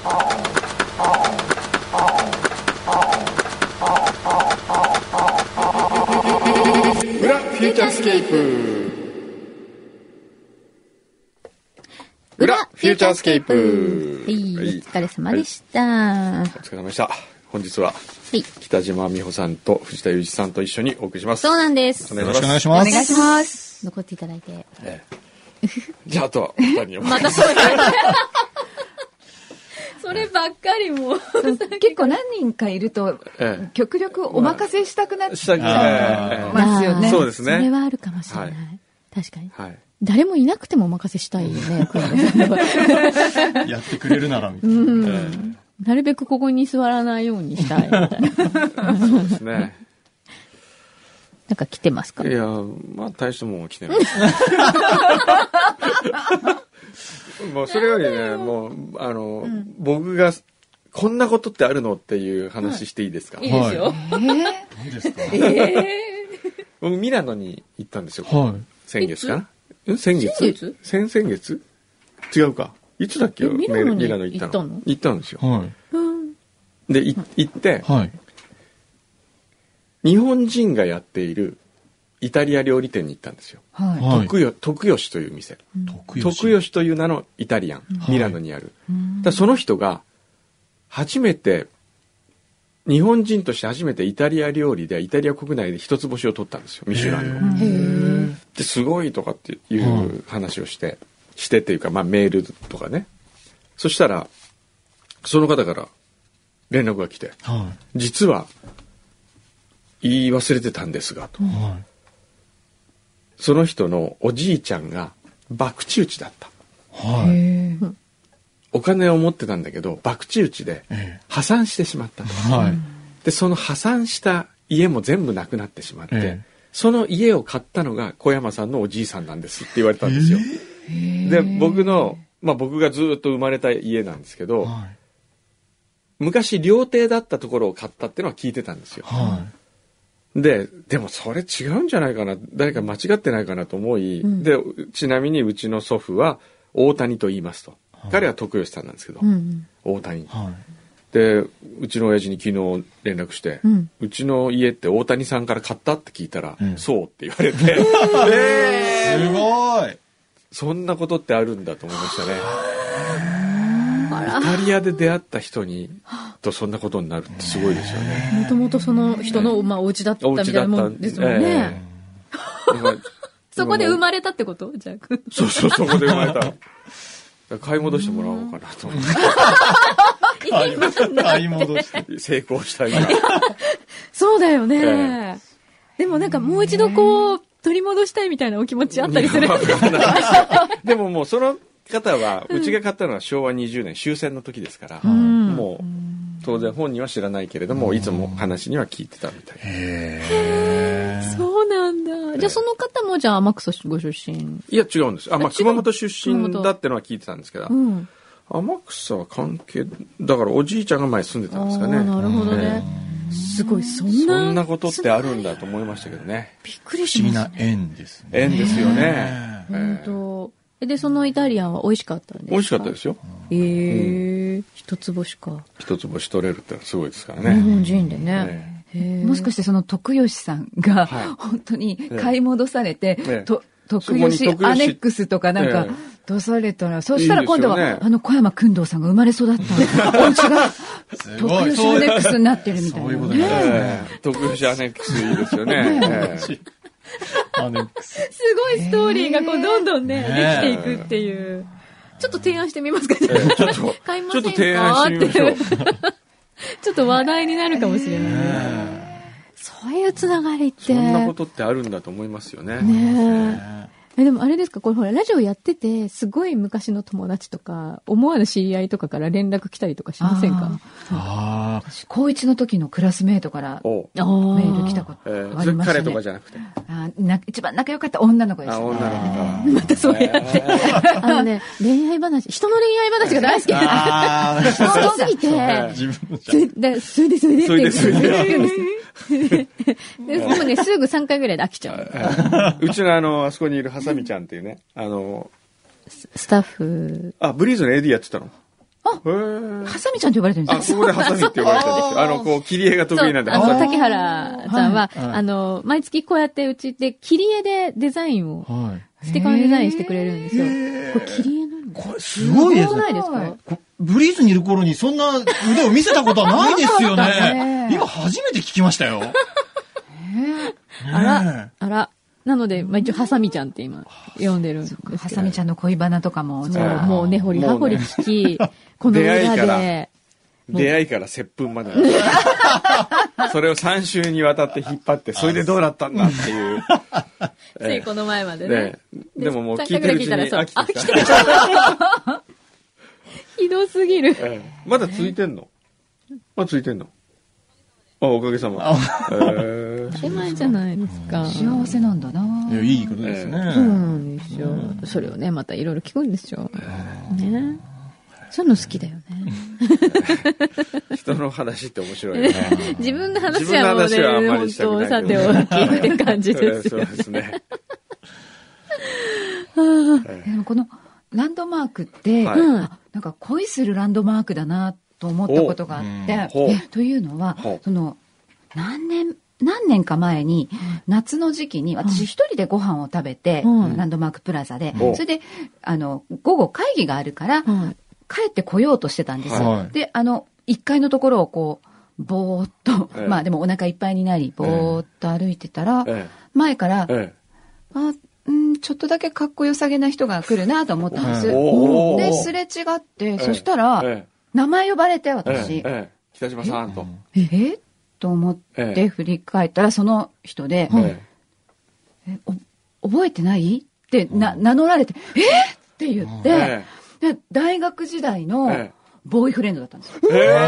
裏フューチャースケープ。裏フューチャースケープ。 はい、お疲れ様でした。 お疲れ様でした。本日は北島美穂さんと藤田裕二さんと一緒にお送りします。 そうなんです。 よろしくお願いします。 お願いします。残っていただいて。 じゃああとは二人をまたそうや。そればっかりも結構何人かいると、極力お任せしたくなっちゃいますよね。 そうですね。 それはあるかもしれない。確かに。 はい。 誰もいなくてもお任せしたいよね。 やってくれるならみたいな。 なるべくここに座らないようにしたいみたいな。 そうですね。 なんか来てますか？ いや、まあ大したもん来てない。もうそれよりね、もう僕がこんなことってあるのっていう話していいですか？ いいですよ。 何ですか？ 僕ミラノに行ったんですよ。 はい。 先月かな？先月？先々月？違うか。いつだっけ？ ミラノに行ったの？行ったんですよ。 はい。 で、行って、 はい。 日本人がやっているイタリア料理店に行ったんですよ。 はい。 徳吉という店。 徳吉という名のイタリアン。ミラノにある。だその人が初めて、日本人として初めてイタリア料理でイタリア国内で一つ星を取ったんですよ。ミシュランの。ですごいとかっていう話をしてっていうか、まあメールとかね。そしたら、その方から連絡が来て、実は言い忘れてたんですがと。その人のおじいちゃんが博打打ちだった。お金を持ってたんだけど博打打ちで破産してしまったと。でその破産した家も全部なくなってしまって、その家を買ったのが小山さんのおじいさんなんですって言われたんですよ。で僕がずっと生まれた家なんですけど、昔料亭だったところを買ったっていうのは聞いてたんですよ。でもそれ違うんじゃないかな、誰か間違ってないかなと思い、でちなみにうちの祖父は大谷と言いますと、彼は徳吉さんなんですけど、大谷、でうちの親父に昨日連絡して、うちの家って大谷さんから買ったって聞いたら、そうって言われてすごい、 そんなことってあるんだと思いましたね。イタリアで出会った人にとそんなことになるってすごいですよね。 もともとその人のお家だったみたいなもんですもんね。そこで生まれたってこと？じゃあそうそこで生まれた。買い戻してもらおうかなと思って。 買い戻して成功したいな。 そうだよね。でもなんかもう一度こう取り戻したいみたいなお気持ちあったりする。 でももうその方は、うちが買ったのは昭和20年終戦の時ですから、もう当然本人は知らないけれども、いつも話には聞いてたみたいな。 そうなんだ。じゃあその方もじゃあ天草ご出身？ いや違うんです。熊本出身だってのは聞いてたんですけど、天草は関係だからおじいちゃんが前住んでたんですかね。 なるほどね。すごいそんなことってあるんだと思いましたけどね。 びっくりしました。 不思議な縁ですね。 縁ですよね。 本当。でそのイタリアンは美味しかったんですか？ 美味しかったですよ。 一つ星か。 一つ星取れるってすごいですからね。 日本人でね。 もしかしてその徳吉さんが本当に買い戻されて、徳吉アネックスとかなんか出されたら、そしたら今度は小山薫堂さんが生まれ育ったお家が徳吉アネックスになってるみたいなね。 徳吉アネックスいいですよね。 すごいストーリーがこうどんどんねできていくっていう。ちょっと提案してみますか？買いませんか？ 提案してみましょう。 ちょっと話題になるかもしれない。そういうつながりって。 そんなことってあるんだと思いますよね。 でもあれですか、これほらラジオやっててすごい昔の友達とか思わぬ知り合いとかから連絡来たりとかしませんか？ 高一の時のクラスメートからメール来たことありましたね。 彼とかじゃなくて、 一番仲良かった女の子でした。 女の子か。 またそうやって恋愛話、人の恋愛話が大好きな人すぎて、それでもねすぐ3回ぐらいで飽きちゃう。 うちのあそこにいるハサミちゃんっていうね、 スタッフ。 ブリーズの AD やってたの。 ハサミちゃんって呼ばれてるんですか？ ここでハサミって呼ばれてるんですよ。切り絵が得意なんで。 竹原ちゃんは、毎月こうやってうちで切り絵でデザインを、ステッカーのデザインしてくれるんですよ。これ切り絵なんですか？ これすごいですね。 すごくないですか？ ブリーズにいる頃にそんな腕を見せたことはないですよね。今初めて聞きましたよ。 あら。なので、一応、ハサミちゃんって今、呼んでるんです。 ハサミちゃんの恋バナとかも。 もう根掘り葉掘り聞き、この裏で。 出会いから接吻まで。それを3週にわたって引っ張って、それでどうだったんだっていう。 ついこの前までね。 でももう聞いてるうちに飽きてきた。ひどすぎる。 まだ続いてんの？続いてんの？おかげさま。 当たり前じゃないですか。 幸せなんだな。 いいことですね。 そうなんですよ。それをね、またいろいろ聞くんですよ。ね。そういうの好きだよね。 人の話って面白いね。 自分の話はもうね、本当さておきって感じですよ。 そうですね。 でもこのランドマークって、なんか恋するランドマークだなと思ったことがあって、というのは、何年か前に、夏の時期に、私一人でご飯を食べて、ランドマークプラザで、それで、午後会議があるから、帰ってこようとしてたんですよ。で、1階のところをこう、ぼーっと、でもお腹いっぱいになり、ぼーっと歩いてたら、前から、ちょっとだけかっこよさげな人が来るなと思ったんです。で、すれ違って、そしたら、名前呼ばれて、私。 北島さんと。 と思って振り返ったら、その人で、覚えてないって名乗られて、って言って、大学時代のボーイフレンドだったんですよ。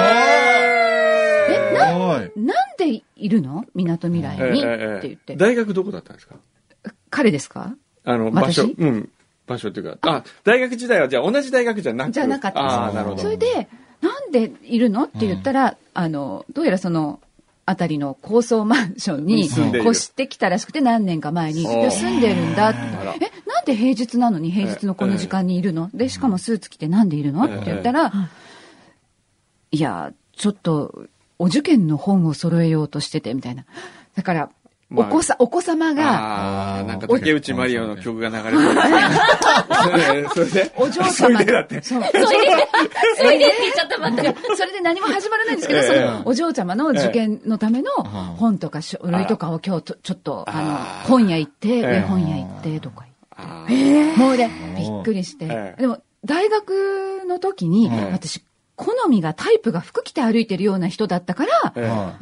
なんでいるの？みなとみらいにって言って。 大学どこだったんですか？ 彼ですか？ 場所。場所っていうか。大学時代はじゃあ同じ大学じゃなくて。 じゃなかったんです。 なるほど。 それで、なんでいるのって言ったら、どうやらその、あたりの高層マンションに越してきたらしくて何年か前に、住んでるんだって。なんで平日なのに平日のこの時間にいるの？で、しかもスーツ着てなんでいるの？って言ったら、いや、ちょっと、お受験の本を揃えようとしてて、みたいな。だから、お子様が、 なんか竹内まりやの曲が流れてる。それでお嬢様が、 それでって言っちゃったまた。 それで何も始まらないんですけど、そのお嬢様の受験のための本とか書類とかを今日ちょっと、本屋行って、絵本屋行って、とか言って。もうね、びっくりして。でも、大学の時に、私、好みがタイプが服着て歩いてるような人だったから、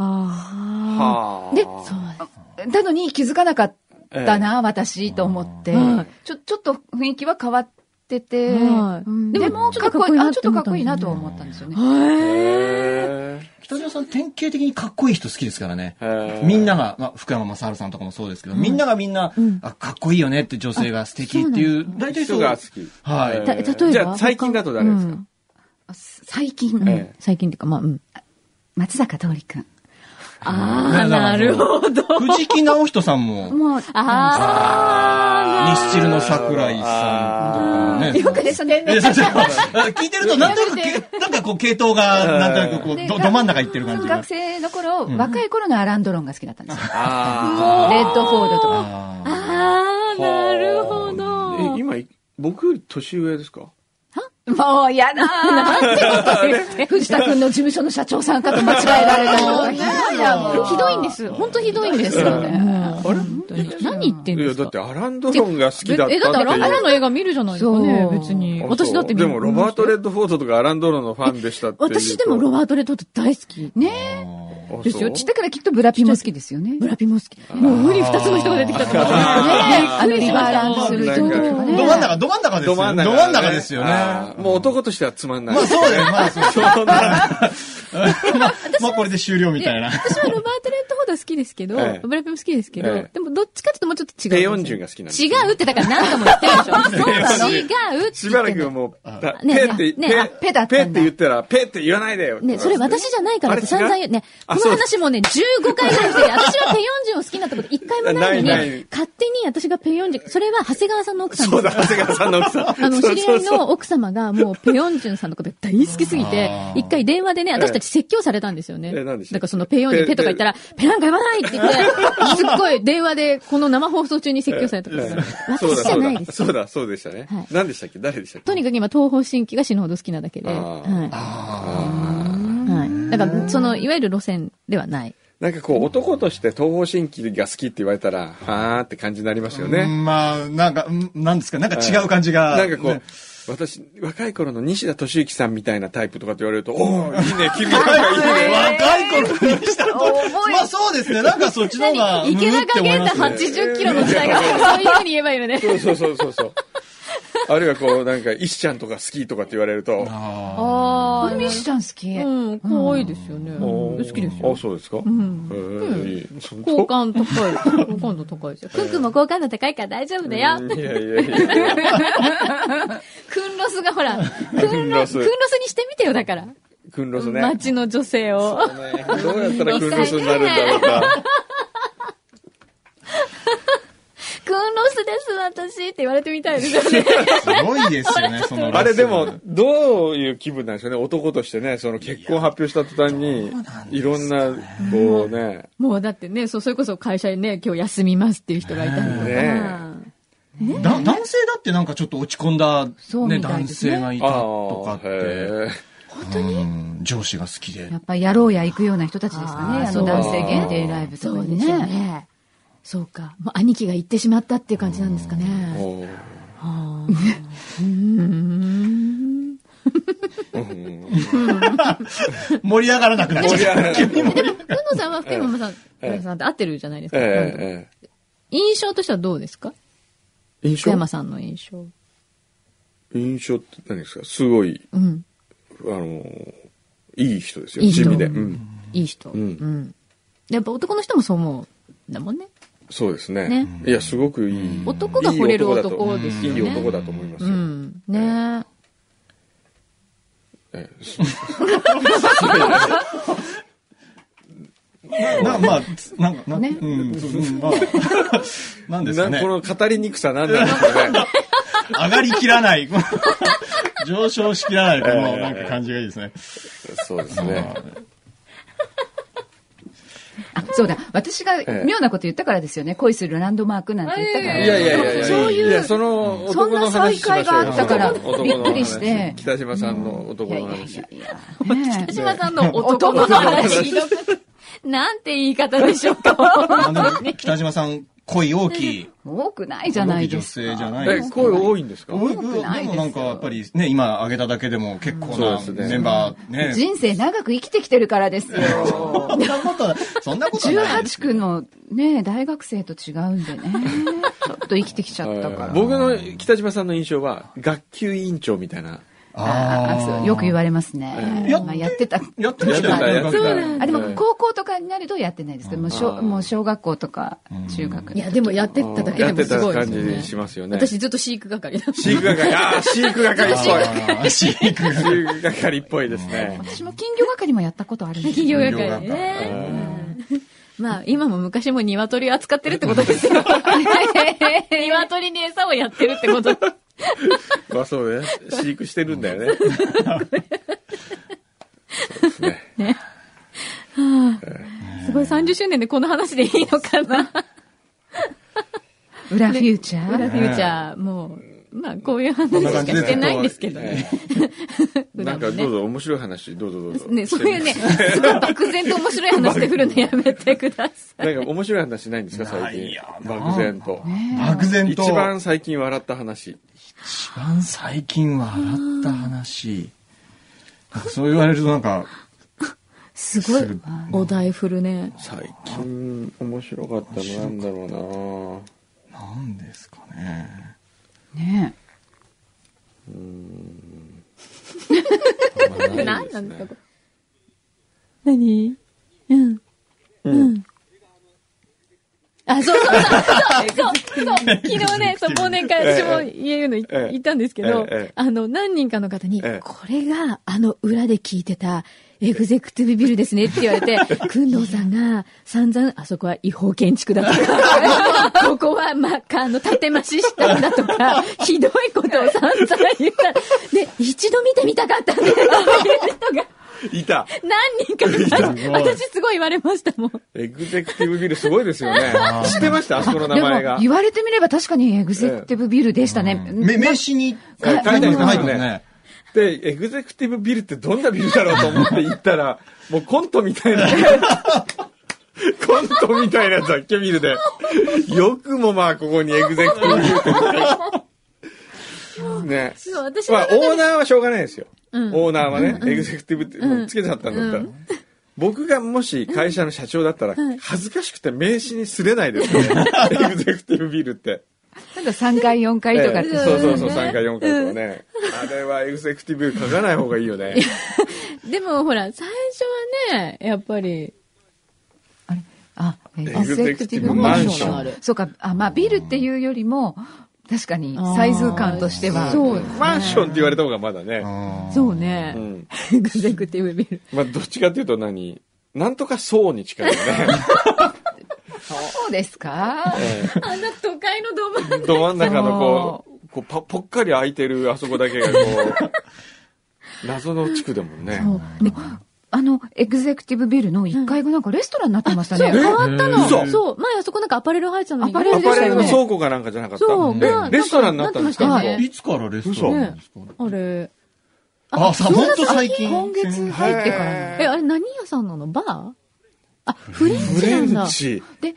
で、なのに気づかなかったな、私、と思って、ちょっと雰囲気は変わってて、でも、ちょっとかっこいいなと思ったんですよね。 北島さん、典型的にかっこいい人好きですからね。みんなが、福山雅治さんとかもそうですけど、みんながかっこいいよねって女性が素敵っていう、 大体人が好き。 はい。 例えばじゃあ、最近だと誰ですか？ 最近っていうか、 松坂桃李くん。 なるほど。 藤木直人さんも。 もう、 ミスチルの桜井さんとかね。 よくですね。 聞いてるとなんかこう系統がなんとなくこうど真ん中行ってる感じが。 学生の頃、若い頃のアラン・ドロンが好きだったんですよ。レッドフォードとか。 なるほど。 今僕より年上ですか？ もう嫌だー。藤田くんの事務所の社長さんかと間違えられたのがひどいんです。本当ひどいんですよね。何言ってんですか？ いや、だってアラン・ドロンが好きだったっていう。 だってアラン・ドロンの映画見るじゃないですかね、別に。私だって見る。 でもロバート・レッドフォードとかアラン・ドロンのファンでしたっていう。 私でもロバート・レッドフォード大好き。 ねですよ。だからきっとブラピも好きですよね。 ブラピも好き。もう無理二つの人が出てきたと思う。 リバーランドする人とかね。 ど真ん中ですよ。ど真ん中ですよね。 もう男としてはつまんない。 まあそうだよ。まあそう。 まあこれで終了みたいな。 私はロバート・レッドフォードは好きですけど、ブラピも好きですけど、でもどっちかっていうともうちょっと違う。 ペヨンジュンが好きなんです。 違うってだから何度も言ってるでしょ。そうなの。違うって。 しばらくもう、ペって言ったら、ペって言わないでよ。 ね、それ私じゃないからって散々言う。ね、この話もね、15回ぐらいして、私はペヨンジュンを好きになったこと1回もないのに、勝手に私がペヨンジュン、それは長谷川さんの奥さんです。 そうだ、長谷川さんの奥さん。 知り合いの奥様がもうペヨンジュンさんのこと大好きすぎて、一回電話でね、私たち説教されたんですよね。だからそのペヨンジュンペとか言ったら、ペなんか言わないって言って、すっごい電話でこの生放送中に説教されたことが私じゃないです。 そうだ、そうでしたね。何でしたっけ？誰でしたっけ？ とにかく今東方神起が死ぬほど好きなだけで。はい。だからそのいわゆる路線ではない。 なんかこう男として東方神起が好きって言われたら、はーって感じになりますよね。 まあ、なんか、なんですか、なんか違う感じが。 なんかこう、私、若い頃の西田敏行さんみたいなタイプとかって言われると、おー、いいね、君なんかいいね。 若い頃の西田敏行。まあそうですね、なんかそっちの方が。 池中玄太80キロの時代が、そういう風に言えばいいよね。 そう。あるいはこう、なんか、石ちゃんとか好きとかって言われると。 ああ、石ちゃん好き。 可愛いですよね。好きですよ。 あ、そうですか？好感高い。好感度高いですよ。くんくんも好感度高いから大丈夫だよ。 いや。 クンロスがほら、クンロスにしてみてよ、だから。 クンロスね。 街の女性を。 どうやったらクンロスになるんだろうか。 クンロスです私って言われてみたいですよね。 すごいですよね、その。 あれでも、どういう気分なんですかね、男としてね、その結婚発表した途端に、いろんな、こうね。 もうだってね、それこそ会社にね、今日休みますっていう人がいたりとか。 男性だってなんかちょっと落ち込んだ、ね、男性がいたとかって。 本当に上司が好きで。 やっぱりやろうや行くような人たちですかね、男性限定ライブとかね。 そうか。もう兄貴が言ってしまったっていう感じなんですかね。 盛り上がらなくなっちゃう。 でも、くのさんは福山さんって合ってるじゃないですか。印象としてはどうですか？福山さんの印象。 印象って何ですか？すごい、いい人ですよ。 地味で。 いい人。やっぱ男の人もそう思うんだもんね。 そうですね。いや、すごくいい。 男が惚れる男ですよね。 いい男だと思いますよ。 ねまあ、なんか、ね。なんですかね。 この語りにくさなんなんですかね。 上がりきらない。上昇しきらない、このなんか感じがいいですね。 そうですね。 そうだ、私が妙なこと言ったからですよね。恋するランドマークなんて言ったから。 いや、 そういう、 そんな再会があったから、びっくりして。 北島さんの男の話。 北島さんの男の話。なんて言い方でしょうか。 北島さん、恋大きい。 多くないじゃないですか。 女性じゃないですか。 恋多いんですか？ 多くないです。でもなんかやっぱりね、今挙げただけでも結構なメンバーね。 人生長く生きてきてるからですよ。 そんなことない。 18区のね、大学生と違うんでね。ちょっと生きてきちゃったから。 僕の北島さんの印象は、学級委員長みたいな。 よく言われますね。やってた。 やってた。 でも高校とかになるとやってないですけど、もう小学校とか中学。 いや、でもやってただけでもすごいですよね。 やってた感じしますよね。 私ずっと飼育係だ。 飼育係、飼育係っぽい。 飼育係っぽいですね。 私も金魚係もやったことあるんです。 金魚係ね。まあ、今も昔も鶏を扱ってるってことですよ。鶏に餌をやってるってこと。 まあそうね。飼育してるんだよね。そうですね。 すごい30周年でこの話でいいのかな。 裏フューチャー？ 裏フューチャー、もう。まあ、こういう話しかしてないんですけどね。 なんか、どうぞ、面白い話、どうぞ。 ね、そういうね、すごい漠然と面白い話で振るのやめてください。 なんか、面白い話ないんですか、最近。漠然と。 漠然と。 一番最近笑った話。 一番最近笑った話。そう言われるとなんか、 すごいお題振るね。 最近面白かったのなんだろうな。なんですかね。 ねえ。何なんですか？ 何？うん。うん。あ、そう。昨日ね、忘年会、私も言うの言ったんですけど、何人かの方に、これが裏で聞いてた、エグゼクティブビルですねって言われて、くんどうさんが散々、あそこは違法建築だとか、ここは建て増ししたんだとか、ひどいことを散々言ったら、で、一度見てみたかったんだよっていう人が。 いた。 何人か私すごい言われましたもん。 エグゼクティブビルすごいですよね。知ってましたあそこの名前が。 言われてみれば確かにエグゼクティブビルでしたね。 名刺に書いてある人入ってますね。 で、エグゼクティブビルってどんなビルだろうと思って行ったら、もうコントみたいな。コントみたいな雑居ビルで。よくもここにエグゼクティブビルってね。私はオーナーはしょうがないですよ。オーナーはね、エグゼクティブってつけちゃったんだったら。僕がもし会社の社長だったら、恥ずかしくて名刺にすれないですよね。エグゼクティブビルって。 なんか3回4回とかって。 そう、3回4回とかね。あれはエグゼクティブ書かない方がいいよね。 でもほら、最初はね、やっぱり、 エグゼクティブマンション。 そうか、ビルっていうよりも、確かにサイズ感としては。 そう、マンションって言われた方がまだね。 そうね。エグゼクティブビル。 どっちかっていうとなんとか層に近いよね。 そうですか？ 都会のど真ん中のぽっかり空いてるあそこだけが謎の地区だもんね。 エグゼクティブビルの1階がなんかレストランになってましたね。 変わったの。そう。前あそこなんかアパレル入ってたのに。 アパレルの倉庫かなんかじゃなかった。そう。レストランになったんですか？ いつからレストランなんですか？ あれ。 ほんと最近。 今月入ってから。 あれ何屋さんなの？バー？フレンチなんだ。 で、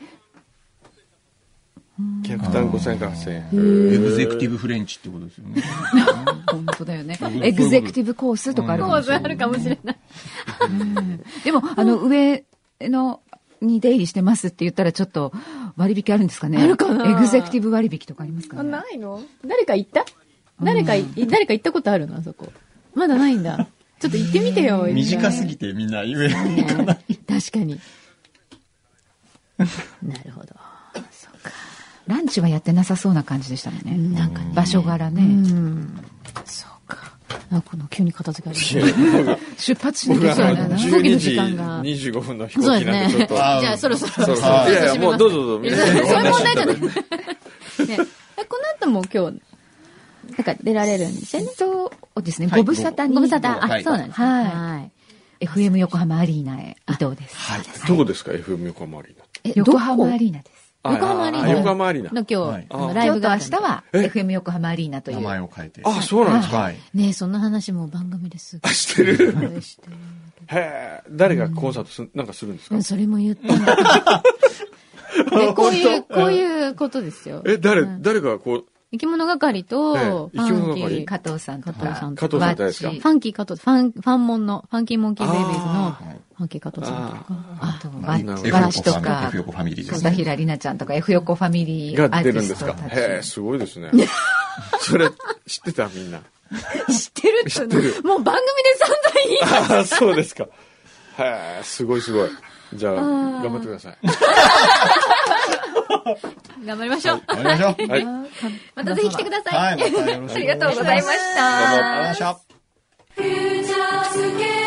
客単5000円から8000円。 エグゼクティブフレンチってことですよね。 本当だよね。エグゼクティブコースとかあるかもしれない。 でも、上に出入りしてますって言ったらちょっと割引あるんですかね。 あるかな。 エグゼクティブ割引とかありますかね。 ないの？誰か行ったことあるのあそこ。まだないんだ。ちょっと行ってみてよ。 短すぎてみんな言えない。 確かに。なるほど。そうか。 ランチはやってなさそうな感じでしたもんね。なんか場所柄ね。 そうか。この急に片付け出発しなきゃいけないな。 12時25分の飛行機なんでちょっと。 じゃあそろそろ。 いやもうどうぞ。 そういう問題じゃない。この後も今日なんか出られるんですよね。 そうですね。ご無沙汰に。 ご無沙汰。そうなんです。 はい。FM 横浜アリーナへ移動です。 はい。どこですか FM 横浜アリーナって？ 横浜アリーナです。 横浜アリーナ。 横浜アリーナ。 の今日、 ライブが明日は FM 横浜アリーナという。 名前を変えて。 そうなんですか。 ねえ、そんな話も番組です。 してる。へえ。誰がコンサートなんかするんですか？ それも言ったんだけど。こういうことですよ。 誰が生き物係と、 生き物係加藤さんとか。 加藤さんですか？ ファンキー加藤、ファンモンの、ファンキーモンキーベイビーズの、ファンキー加藤さんとか。 あと、バッチとか、 F 横ファミリーですね。 小田平里奈ちゃんとか、F 横ファミリーが出るんですか？へえ、すごいですね。それ、知ってたみんな。 知ってるもう番組で散々言いました。 そうですか。へえ、すごい。じゃあ、頑張ってください。 頑張りましょう。 はい。 またぜひ来てください。 はい、またよろしくお願いします。 ありがとうございました。 どうもありがとうございました。